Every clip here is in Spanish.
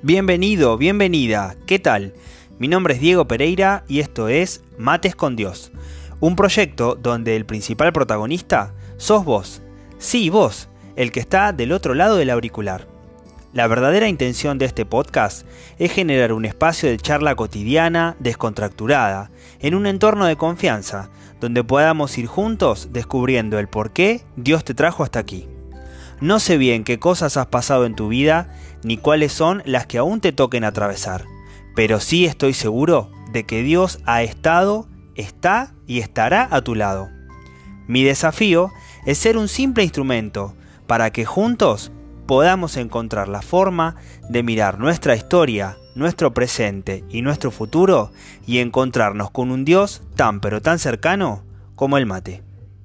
Bienvenido, bienvenida, ¿qué tal? Mi nombre es Diego Pereira y esto es Mates con Dios, un proyecto donde el principal protagonista sos vos. Sí, vos, el que está del otro lado del auricular. La verdadera intención de este podcast es generar un espacio de charla cotidiana, descontracturada, en un entorno de confianza, donde podamos ir juntos descubriendo el por qué Dios te trajo hasta aquí. No sé bien qué cosas has pasado en tu vida, ni cuáles son las que aún te toquen atravesar, pero sí estoy seguro de que Dios ha estado, está y estará a tu lado. Mi desafío es ser un simple instrumento para que juntos podamos encontrar la forma de mirar nuestra historia, nuestro presente y nuestro futuro y encontrarnos con un Dios tan pero tan cercano como el mate.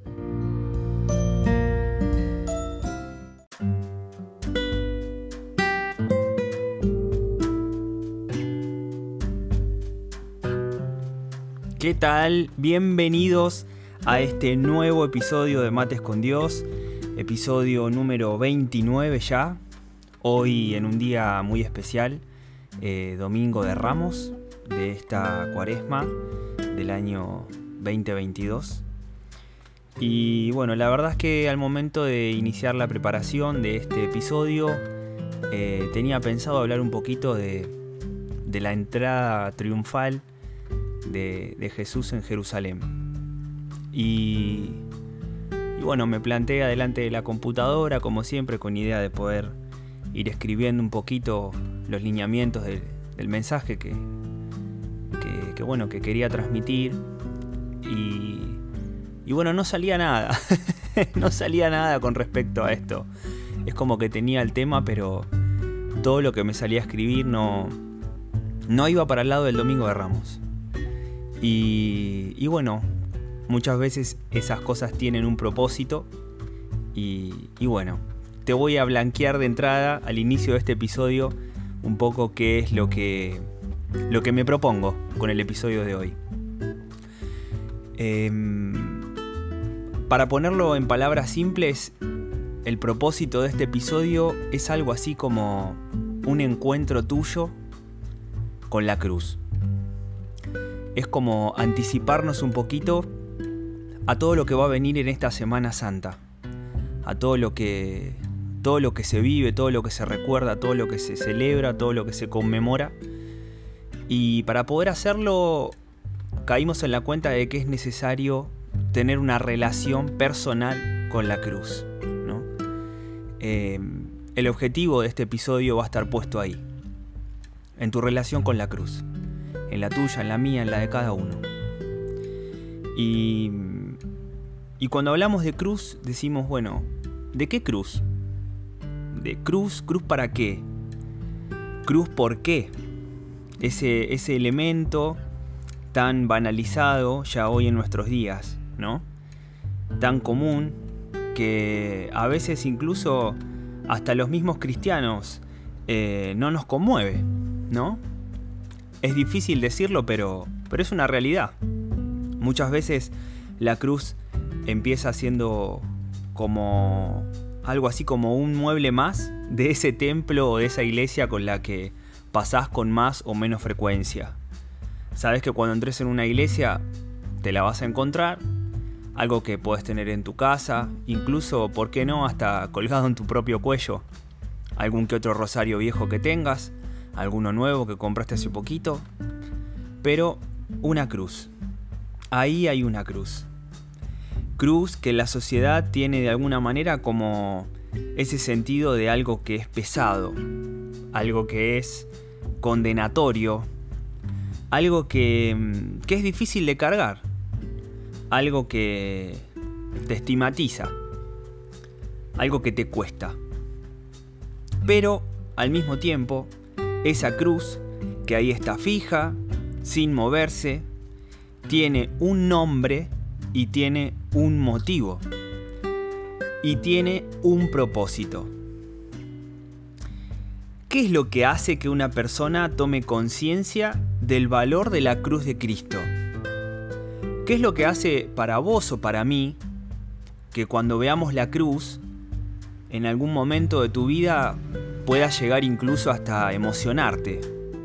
¿Qué tal? Bienvenidos a este nuevo episodio de Mates con Dios, episodio número 29 ya, hoy en un día muy especial, Domingo de Ramos de esta cuaresma del año 2022. Y bueno, la verdad es que al momento de iniciar la preparación de este episodio, tenía pensado hablar un poquito de la entrada triunfal de Jesús en Jerusalén. Y bueno, me planteé delante de la computadora, como siempre, con idea de poder ir escribiendo un poquito los lineamientos del mensaje que quería transmitir. Y bueno, no salía nada. No salía nada con respecto a esto. Es como que tenía el tema, pero todo lo que me salía a escribir no iba para el lado del Domingo de Ramos. Y bueno, muchas veces esas cosas tienen un propósito y bueno, te voy a blanquear de entrada al inicio de este episodio un poco qué es lo que me propongo con el episodio de hoy. Para ponerlo en palabras simples, el propósito de este episodio es algo así como un encuentro tuyo con la cruz. Es como anticiparnos un poquito a todo lo que va a venir en esta Semana Santa, a todo lo que se vive, todo lo que se recuerda, todo lo que se celebra, todo lo que se conmemora. Y para poder hacerlo, caímos en la cuenta de que es necesario tener una relación personal con la cruz, ¿no? El objetivo de este episodio va a estar puesto ahí, en tu relación con la cruz. En la tuya, en la mía, en la de cada uno. Y cuando hablamos de cruz, decimos, bueno, ¿de qué cruz? ¿De cruz? ¿Cruz para qué? ¿Cruz por qué? Ese elemento tan banalizado ya hoy en nuestros días, ¿no? Tan común que a veces incluso hasta los mismos cristianos no nos conmueve, ¿no? Es difícil decirlo, pero es una realidad. Muchas veces la cruz empieza siendo como algo así como un mueble más de ese templo o de esa iglesia con la que pasás con más o menos frecuencia. Sabes que cuando entres en una iglesia te la vas a encontrar, algo que puedes tener en tu casa, incluso, ¿por qué no?, hasta colgado en tu propio cuello. Algún que otro rosario viejo que tengas, alguno nuevo que compraste hace poquito, pero una cruz. Ahí hay una cruz. Cruz que la sociedad tiene de alguna manera como ese sentido de algo que es pesado, algo que es condenatorio, algo que es difícil de cargar, algo que te estigmatiza, algo que te cuesta. Pero al mismo tiempo, esa cruz, que ahí está fija, sin moverse, tiene un nombre y tiene un motivo. Y tiene un propósito. ¿Qué es lo que hace que una persona tome conciencia del valor de la cruz de Cristo? ¿Qué es lo que hace para vos o para mí que cuando veamos la cruz, en algún momento de tu vida pueda llegar incluso hasta emocionarte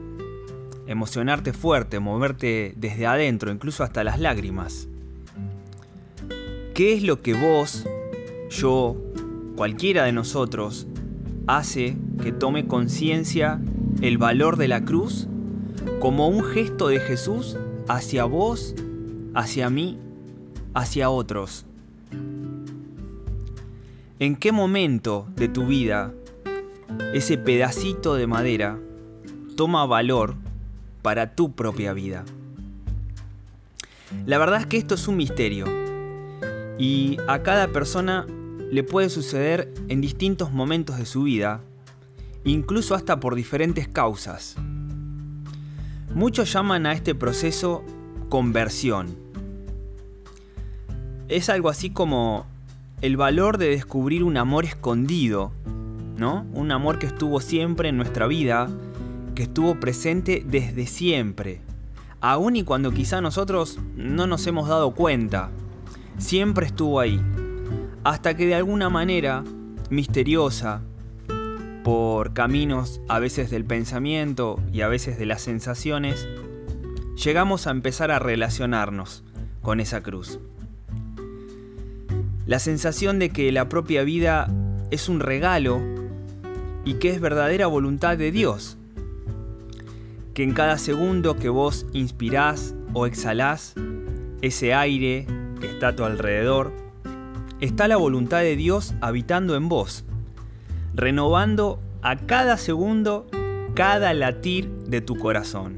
fuerte, moverte desde adentro, incluso hasta las lágrimas. ¿Qué es lo que vos, yo, cualquiera de nosotros, hace que tome conciencia el valor de la cruz como un gesto de Jesús hacia vos, hacia mí, hacia otros? ¿En qué momento de tu vida ese pedacito de madera toma valor para tu propia vida? La verdad es que esto es un misterio y a cada persona le puede suceder en distintos momentos de su vida, incluso hasta por diferentes causas. Muchos llaman a este proceso conversión. Es algo así como el valor de descubrir un amor escondido, ¿no? Un amor que estuvo siempre en nuestra vida, que estuvo presente desde siempre, aun y cuando quizá nosotros no nos hemos dado cuenta. Siempre estuvo ahí, hasta que de alguna manera misteriosa, por caminos a veces del pensamiento y a veces de las sensaciones, llegamos a empezar a relacionarnos con esa cruz. La sensación de que la propia vida es un regalo y que es verdadera voluntad de Dios. Que en cada segundo que vos inspirás o exhalás ese aire que está a tu alrededor, está la voluntad de Dios habitando en vos, renovando a cada segundo cada latir de tu corazón.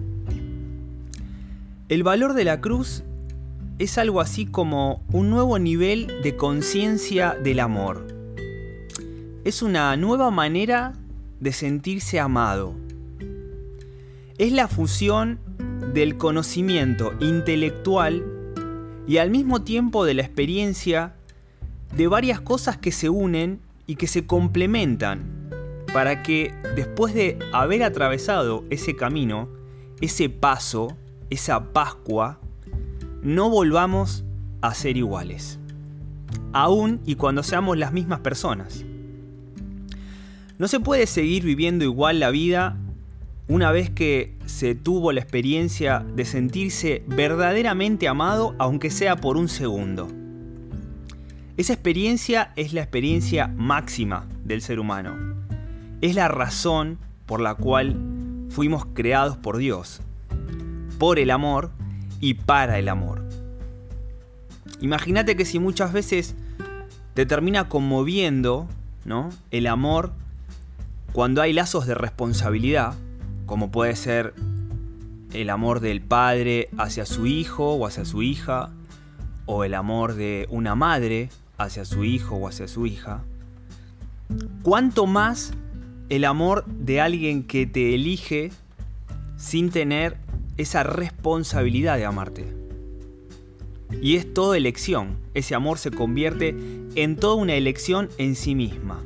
El valor de la cruz es algo así como un nuevo nivel de conciencia del amor. Es una nueva manera de sentirse amado. Es la fusión del conocimiento intelectual y al mismo tiempo de la experiencia de varias cosas que se unen y que se complementan para que después de haber atravesado ese camino, ese paso, esa Pascua, no volvamos a ser iguales, aun y cuando seamos las mismas personas. No se puede seguir viviendo igual la vida una vez que se tuvo la experiencia de sentirse verdaderamente amado, aunque sea por un segundo. Esa experiencia es la experiencia máxima del ser humano. Es la razón por la cual fuimos creados por Dios, por el amor y para el amor. Imagínate que si muchas veces te termina conmoviendo, ¿no?, el amor cuando hay lazos de responsabilidad, como puede ser el amor del padre hacia su hijo o hacia su hija, o el amor de una madre hacia su hijo o hacia su hija, ¿cuánto más el amor de alguien que te elige sin tener esa responsabilidad de amarte? Y es toda elección. Ese amor se convierte en toda una elección en sí misma.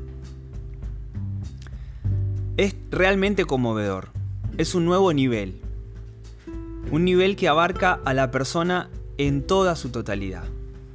Es realmente conmovedor. Es un nuevo nivel. Un nivel que abarca a la persona en toda su totalidad.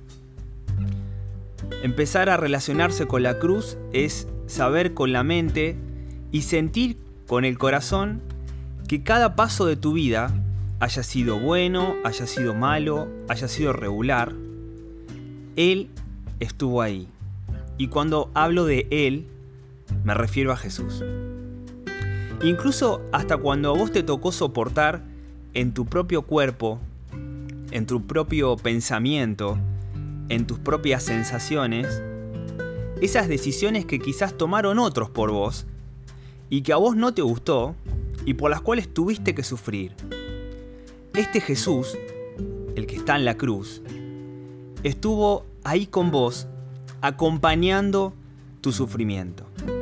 Empezar a relacionarse con la cruz es saber con la mente y sentir con el corazón que cada paso de tu vida, haya sido bueno, haya sido malo, haya sido regular, Él estuvo ahí. Y cuando hablo de Él, me refiero a Jesús. Incluso hasta cuando a vos te tocó soportar en tu propio cuerpo, en tu propio pensamiento, en tus propias sensaciones, esas decisiones que quizás tomaron otros por vos y que a vos no te gustó y por las cuales tuviste que sufrir. Este Jesús, el que está en la cruz, estuvo ahí con vos, acompañando tu sufrimiento.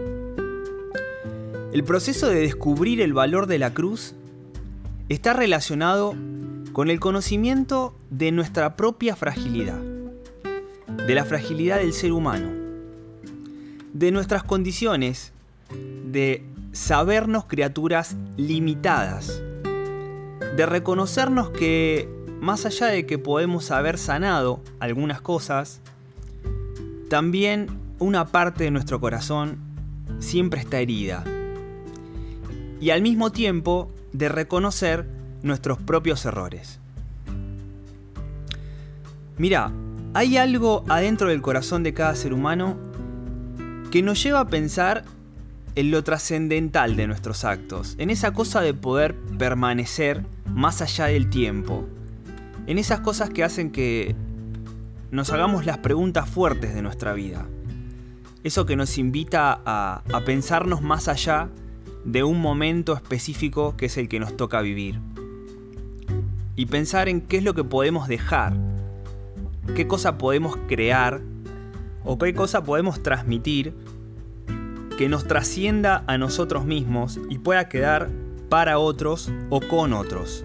El proceso de descubrir el valor de la cruz está relacionado con el conocimiento de nuestra propia fragilidad, de la fragilidad del ser humano, de nuestras condiciones, de sabernos criaturas limitadas, de reconocernos que, más allá de que podemos haber sanado algunas cosas, también una parte de nuestro corazón siempre está herida, y al mismo tiempo de reconocer nuestros propios errores. Mira, hay algo adentro del corazón de cada ser humano que nos lleva a pensar en lo trascendental de nuestros actos, en esa cosa de poder permanecer más allá del tiempo, en esas cosas que hacen que nos hagamos las preguntas fuertes de nuestra vida. Eso que nos invita a pensarnos más allá de un momento específico que es el que nos toca vivir. Y pensar en qué es lo que podemos dejar, qué cosa podemos crear o qué cosa podemos transmitir que nos trascienda a nosotros mismos y pueda quedar para otros o con otros.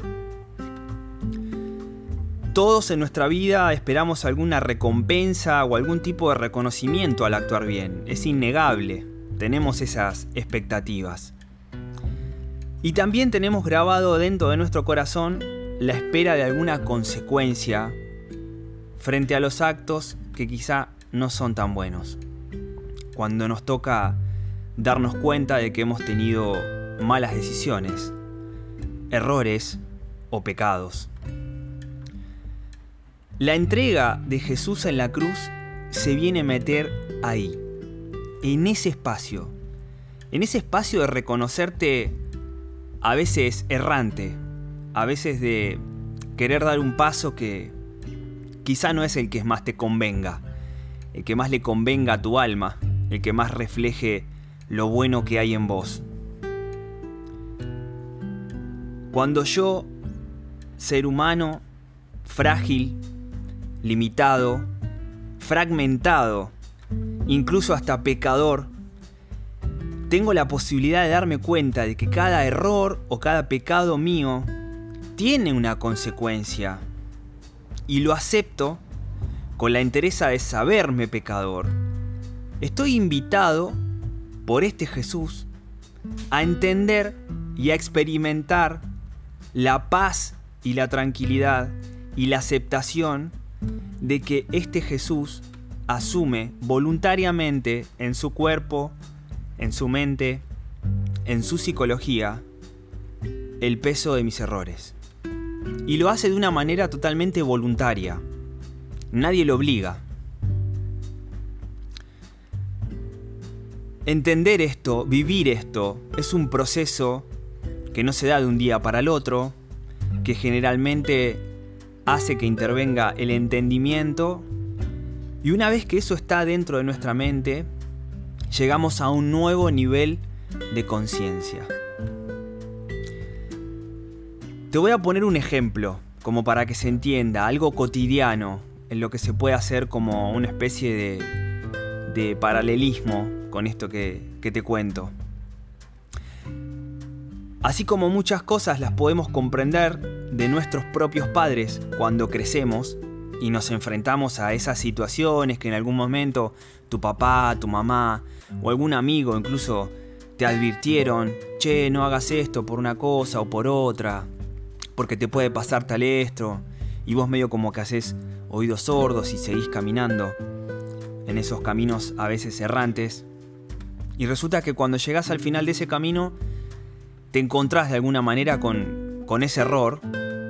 Todos en nuestra vida esperamos alguna recompensa o algún tipo de reconocimiento al actuar bien. Es innegable, tenemos esas expectativas. Y también tenemos grabado dentro de nuestro corazón la espera de alguna consecuencia frente a los actos que quizá no son tan buenos. Cuando nos toca darnos cuenta de que hemos tenido malas decisiones, errores o pecados. La entrega de Jesús en la cruz se viene a meter ahí, en ese espacio de reconocerte a veces errante, a veces de querer dar un paso que quizá no es el que más te convenga, el que más le convenga a tu alma, el que más refleje lo bueno que hay en vos. Cuando yo, ser humano, frágil, limitado, fragmentado, incluso hasta pecador, tengo la posibilidad de darme cuenta de que cada error o cada pecado mío tiene una consecuencia y lo acepto con la entereza de saberme pecador. Estoy invitado por este Jesús a entender y a experimentar la paz y la tranquilidad y la aceptación de que este Jesús asume voluntariamente en su cuerpo, en su mente, en su psicología, el peso de mis errores. Y lo hace de una manera totalmente voluntaria. Nadie lo obliga. Entender esto, vivir esto, es un proceso que no se da de un día para el otro, que generalmente hace que intervenga el entendimiento, y una vez que eso está dentro de nuestra mente, llegamos a un nuevo nivel de conciencia. Te voy a poner un ejemplo, como para que se entienda, algo cotidiano, en lo que se puede hacer como una especie de paralelismo con esto que te cuento. Así como muchas cosas las podemos comprender de nuestros propios padres cuando crecemos y nos enfrentamos a esas situaciones que en algún momento tu papá, tu mamá o algún amigo incluso te advirtieron: che, no hagas esto por una cosa o por otra, porque te puede pasar tal esto, y vos medio como que haces oídos sordos y seguís caminando en esos caminos a veces errantes. Y resulta que cuando llegás al final de ese camino te encontrás de alguna manera con ese error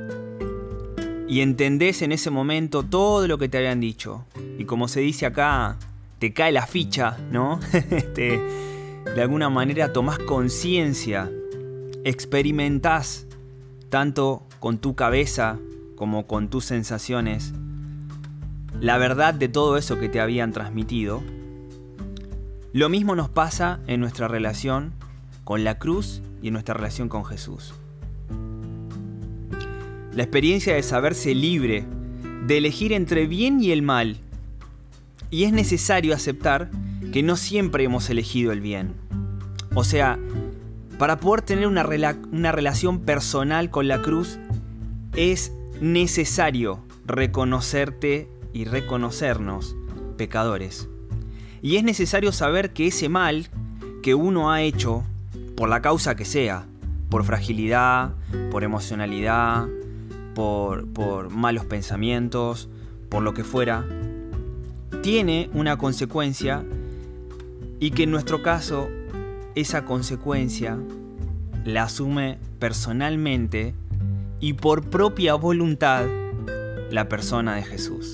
y entendés en ese momento todo lo que te habían dicho. Y como se dice acá, te cae la ficha, ¿no? De alguna manera tomás conciencia, experimentás tanto con tu cabeza como con tus sensaciones la verdad de todo eso que te habían transmitido. Lo mismo nos pasa en nuestra relación con la cruz y en nuestra relación con Jesús. La experiencia de saberse libre, de elegir entre bien y el mal. Y es necesario aceptar que no siempre hemos elegido el bien. O sea, para poder tener una relación personal con la cruz, es necesario reconocerte y reconocernos pecadores. Y es necesario saber que ese mal que uno ha hecho, por la causa que sea, por fragilidad, por emocionalidad, por malos pensamientos, por lo que fuera, tiene una consecuencia, y que en nuestro caso esa consecuencia la asume personalmente y por propia voluntad la persona de Jesús.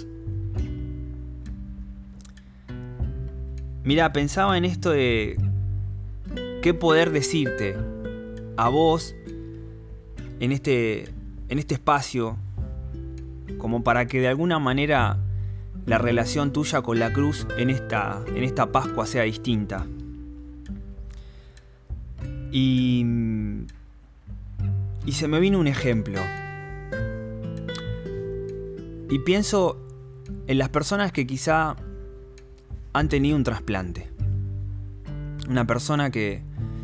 Mira, pensaba en esto de qué poder decirte a vos en este espacio, como para que de alguna manera la relación tuya con la cruz en esta Pascua sea distinta. Y se me vino un ejemplo. Y pienso en las personas que quizá han tenido un trasplante. Una persona que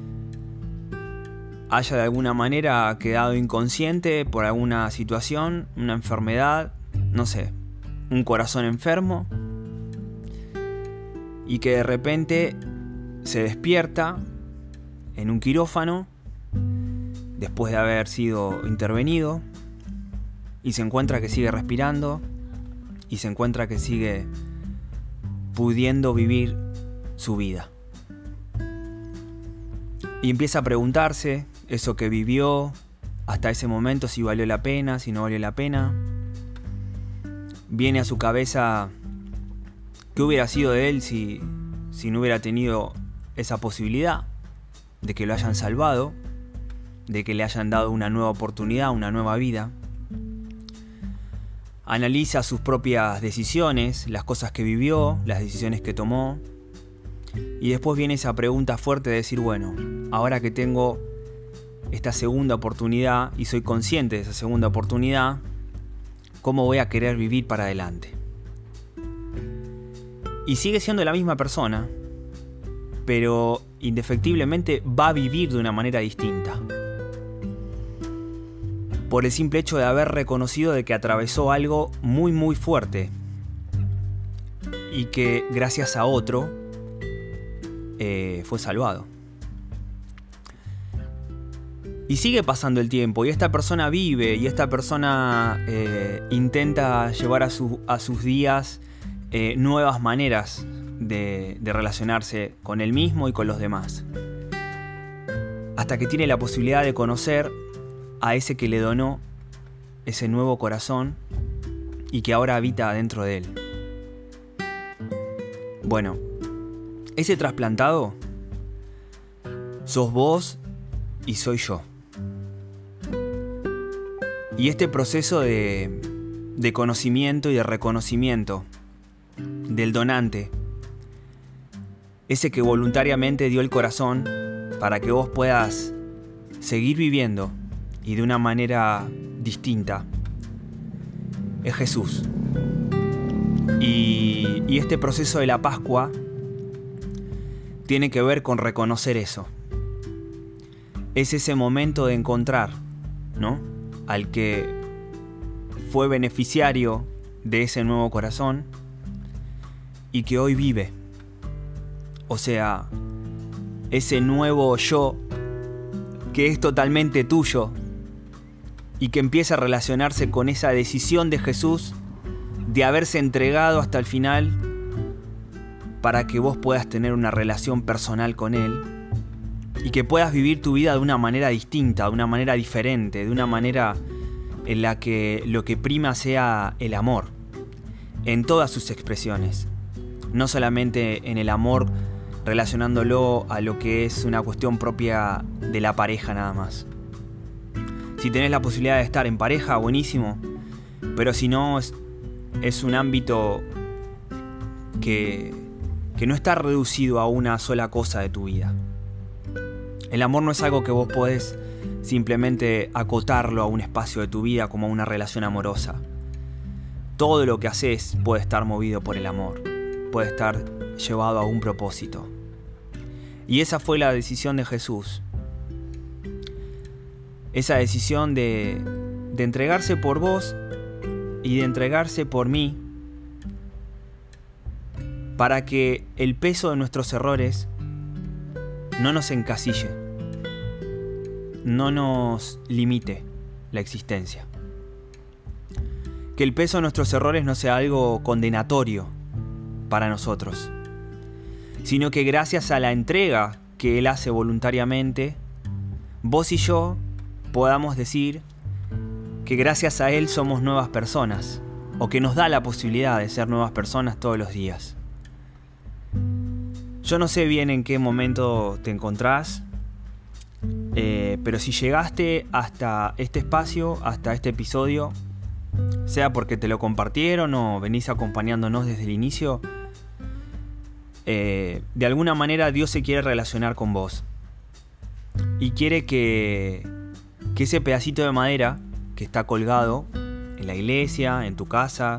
haya de alguna manera quedado inconsciente por alguna situación, una enfermedad, no sé, un corazón enfermo, y que de repente se despierta en un quirófano después de haber sido intervenido y se encuentra que sigue respirando y se encuentra que sigue pudiendo vivir su vida. Y empieza a preguntarse eso que vivió hasta ese momento, si valió la pena, si no valió la pena. Viene a su cabeza qué hubiera sido de él si no hubiera tenido esa posibilidad de que lo hayan salvado, de que le hayan dado una nueva oportunidad, una nueva vida. Analiza sus propias decisiones, las cosas que vivió, las decisiones que tomó. Y después viene esa pregunta fuerte de decir, bueno, ahora que tengo esta segunda oportunidad y soy consciente de esa segunda oportunidad, ¿cómo voy a querer vivir para adelante? Y sigue siendo la misma persona, pero indefectiblemente va a vivir de una manera distinta. Por el simple hecho de haber reconocido de que atravesó algo muy muy fuerte y que gracias a otro fue salvado. Y sigue pasando el tiempo y esta persona vive y esta persona intenta llevar a sus días nuevas maneras de relacionarse con él mismo y con los demás. Hasta que tiene la posibilidad de conocer a ese que le donó ese nuevo corazón y que ahora habita dentro de él. Bueno, ese trasplantado sos vos y soy yo. Y este proceso de conocimiento y de reconocimiento del donante, ese que voluntariamente dio el corazón para que vos puedas seguir viviendo y de una manera distinta, es Jesús. Y este proceso de la Pascua tiene que ver con reconocer eso. Es ese momento de encontrar, ¿no?, al que fue beneficiario de ese nuevo corazón y que hoy vive. O sea, ese nuevo yo que es totalmente tuyo y que empieza a relacionarse con esa decisión de Jesús de haberse entregado hasta el final para que vos puedas tener una relación personal con Él y que puedas vivir tu vida de una manera distinta, de una manera diferente, de una manera en la que lo que prima sea el amor en todas sus expresiones, no solamente en el amor relacionándolo a lo que es una cuestión propia de la pareja nada más. Si tenés la posibilidad de estar en pareja, buenísimo, pero si no, es un ámbito que no está reducido a una sola cosa de tu vida. El amor no es algo que vos podés simplemente acotarlo a un espacio de tu vida como a una relación amorosa. Todo lo que haces puede estar movido por el amor, puede estar llevado a un propósito. Y esa fue la decisión de Jesús. Esa decisión de entregarse por vos y de entregarse por mí, para que el peso de nuestros errores no nos encasille, no nos limite la existencia. Que el peso de nuestros errores no sea algo condenatorio para nosotros, sino que gracias a la entrega que Él hace voluntariamente, vos y yo podamos decir que gracias a Él somos nuevas personas, o que nos da la posibilidad de ser nuevas personas todos los días. Yo no sé bien en qué momento te encontrás, pero si llegaste hasta este espacio, hasta este episodio, sea porque te lo compartieron o venís acompañándonos desde el inicio, de alguna manera Dios se quiere relacionar con vos y quiere que ese pedacito de madera que está colgado en la iglesia, en tu casa,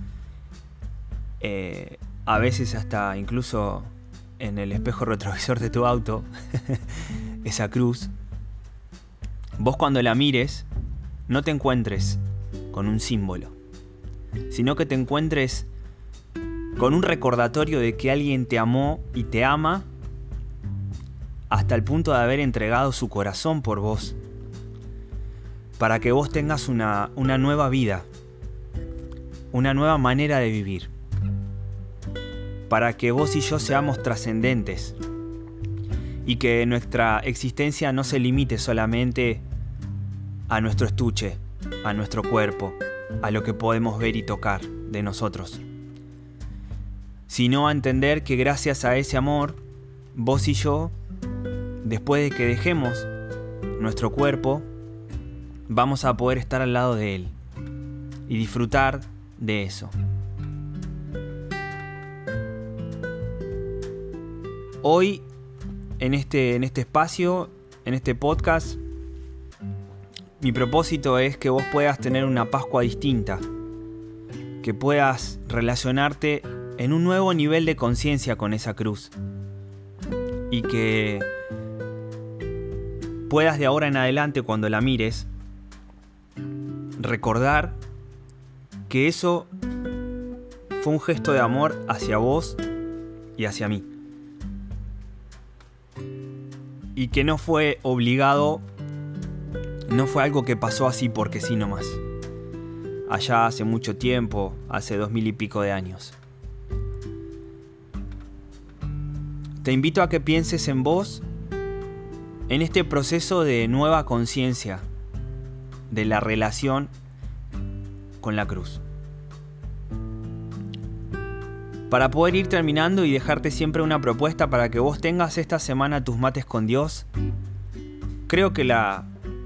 a veces hasta incluso en el espejo retrovisor de tu auto, esa cruz, vos cuando la mires no te encuentres con un símbolo, sino que te encuentres con un recordatorio de que alguien te amó y te ama hasta el punto de haber entregado su corazón por vos, para que vos tengas una nueva vida, una nueva manera de vivir, para que vos y yo seamos trascendentes y que nuestra existencia no se limite solamente a nuestro estuche, a nuestro cuerpo, a lo que podemos ver y tocar de nosotros, sino a entender que gracias a ese amor, vos y yo, después de que dejemos nuestro cuerpo, vamos a poder estar al lado de Él y disfrutar de eso. Hoy, en este espacio, en este podcast, mi propósito es que vos puedas tener una Pascua distinta, que puedas relacionarte en un nuevo nivel de conciencia con esa cruz y que puedas de ahora en adelante, cuando la mires, recordar que eso fue un gesto de amor hacia vos y hacia mí, y que no fue obligado, no fue algo que pasó así porque sí nomás, allá hace mucho tiempo, hace 2000 y pico de años. Te invito a que pienses en vos en este proceso de nueva conciencia de la relación con la cruz. Para poder ir terminando y dejarte siempre una propuesta para que vos tengas esta semana tus mates con Dios, creo que la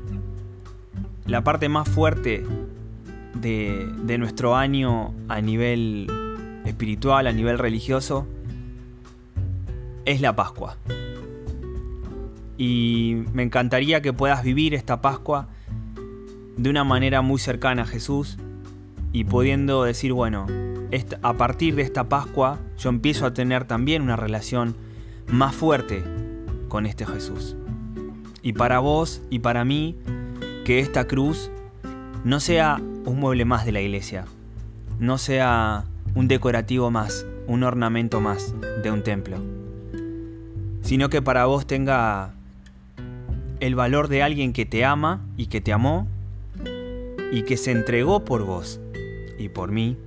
parte más fuerte de nuestro año a nivel espiritual, a nivel religioso, es la Pascua. Y me encantaría que puedas vivir esta Pascua de una manera muy cercana a Jesús y pudiendo decir, bueno, a partir de esta Pascua yo empiezo a tener también una relación más fuerte con este Jesús. Y para vos y para mí, que esta cruz no sea un mueble más de la iglesia, no sea un decorativo más, un ornamento más de un templo, sino que para vos tenga el valor de alguien que te ama y que te amó y que se entregó por vos y por mí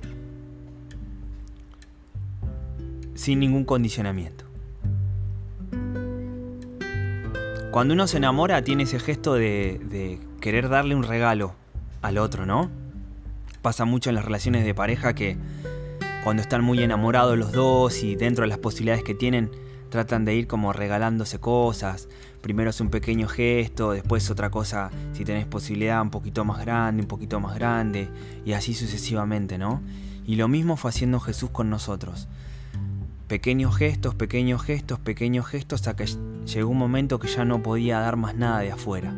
sin ningún condicionamiento. Cuando uno se enamora tiene ese gesto de querer darle un regalo al otro, ¿no? Pasa mucho en las relaciones de pareja que cuando están muy enamorados los dos y dentro de las posibilidades que tienen, tratan de ir como regalándose cosas. Primero es un pequeño gesto, después otra cosa, si tenés posibilidad, un poquito más grande, y así sucesivamente, ¿no? Y lo mismo fue haciendo Jesús con nosotros. Pequeños gestos, hasta que llegó un momento que ya no podía dar más nada de afuera.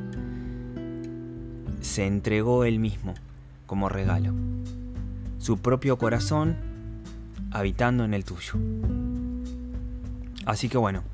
Se entregó Él mismo como regalo. Su propio corazón habitando en el tuyo. Así que bueno,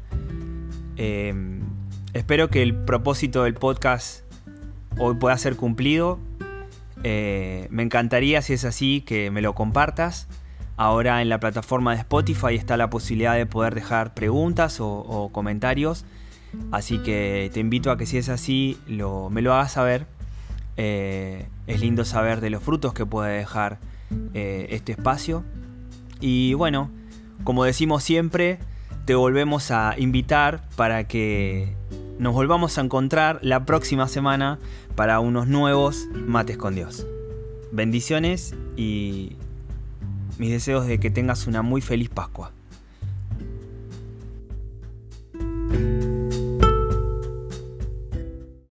espero que el propósito del podcast hoy pueda ser cumplido. Me encantaría, si es así, que me lo compartas. Ahora en la plataforma de Spotify está la posibilidad de poder dejar preguntas o comentarios. Así que te invito a que, si es así, me lo hagas saber. Es lindo saber de los frutos que puede dejar este espacio. Y bueno, como decimos siempre, te volvemos a invitar para que nos volvamos a encontrar la próxima semana para unos nuevos Mates con Dios. Bendiciones y mis deseos de que tengas una muy feliz Pascua.